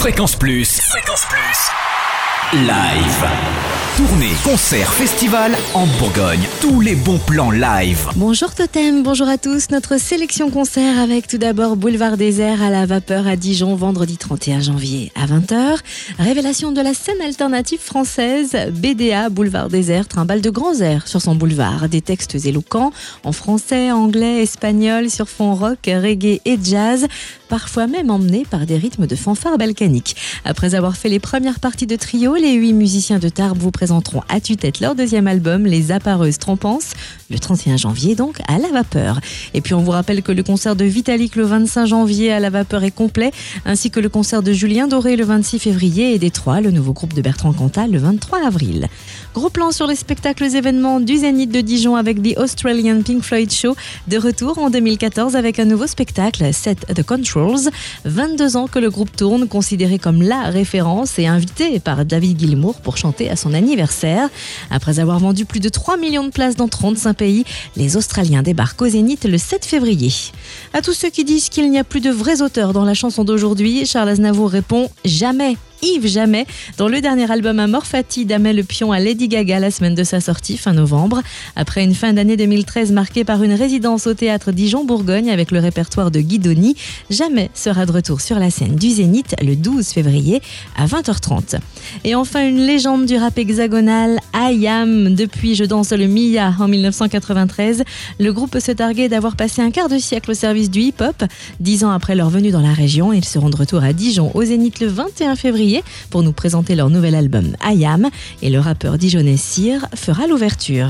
Fréquence Plus. Fréquence Plus. Live. Tournée, concert, festival en Bourgogne. Tous les bons plans live. Bonjour Totem, bonjour à tous. Notre sélection concert avec tout d'abord Boulevard Désert à la Vapeur à Dijon, vendredi 31 janvier à 20h. Révélation de la scène alternative française, BDA, Boulevard Désert, trimballe de grands airs sur son boulevard. Des textes éloquents en français, anglais, espagnol, sur fond rock, reggae et jazz, parfois même emmenés par des rythmes de fanfare balkanique. Après avoir fait les premières parties de trio, les 8 musiciens de Tarbes vous présenteront à tue-tête leur deuxième album, Les Appareuses Trompances, le 31 janvier donc à la Vapeur. Et puis on vous rappelle que le concert de Vitalik le 25 janvier à la Vapeur est complet, ainsi que le concert de Julien Doré le 26 février et Détroit, le nouveau groupe de Bertrand Cantat, le 23 avril. Gros plan sur les spectacles événements du Zénith de Dijon avec The Australian Pink Floyd Show, de retour en 2014 avec un nouveau spectacle, Set the Controls. 22 ans que le groupe tourne, considéré comme la référence et invité par David Gilmour pour chanter à son anniversaire. Après avoir vendu plus de 3 millions de places dans 35 pays, les Australiens débarquent au Zénith le 7 février. À tous ceux qui disent qu'il n'y a plus de vrais auteurs dans la chanson d'aujourd'hui, Charles Aznavour répond « Jamais ». Yves Jamais, dans le dernier album Amor Fati, met le pion à Lady Gaga la semaine de sa sortie, fin novembre. Après une fin d'année 2013 marquée par une résidence au théâtre Dijon-Bourgogne avec le répertoire de Guidoni, Jamais sera de retour sur la scène du Zénith le 12 février à 20h30. Et enfin, une légende du rap hexagonal, I.Am. Depuis Je danse le Mia en 1993, le groupe se targuait d'avoir passé un quart de siècle au service du hip-hop. 10 ans après leur venue dans la région, ils seront de retour à Dijon au Zénith le 21 février pour nous présenter leur nouvel album I.Am, et le rappeur dijonnais Cyr fera l'ouverture.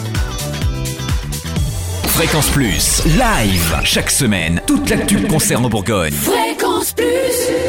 Fréquence Plus, live. Chaque semaine, toute l'actu concerne en Bourgogne. Fréquence Plus.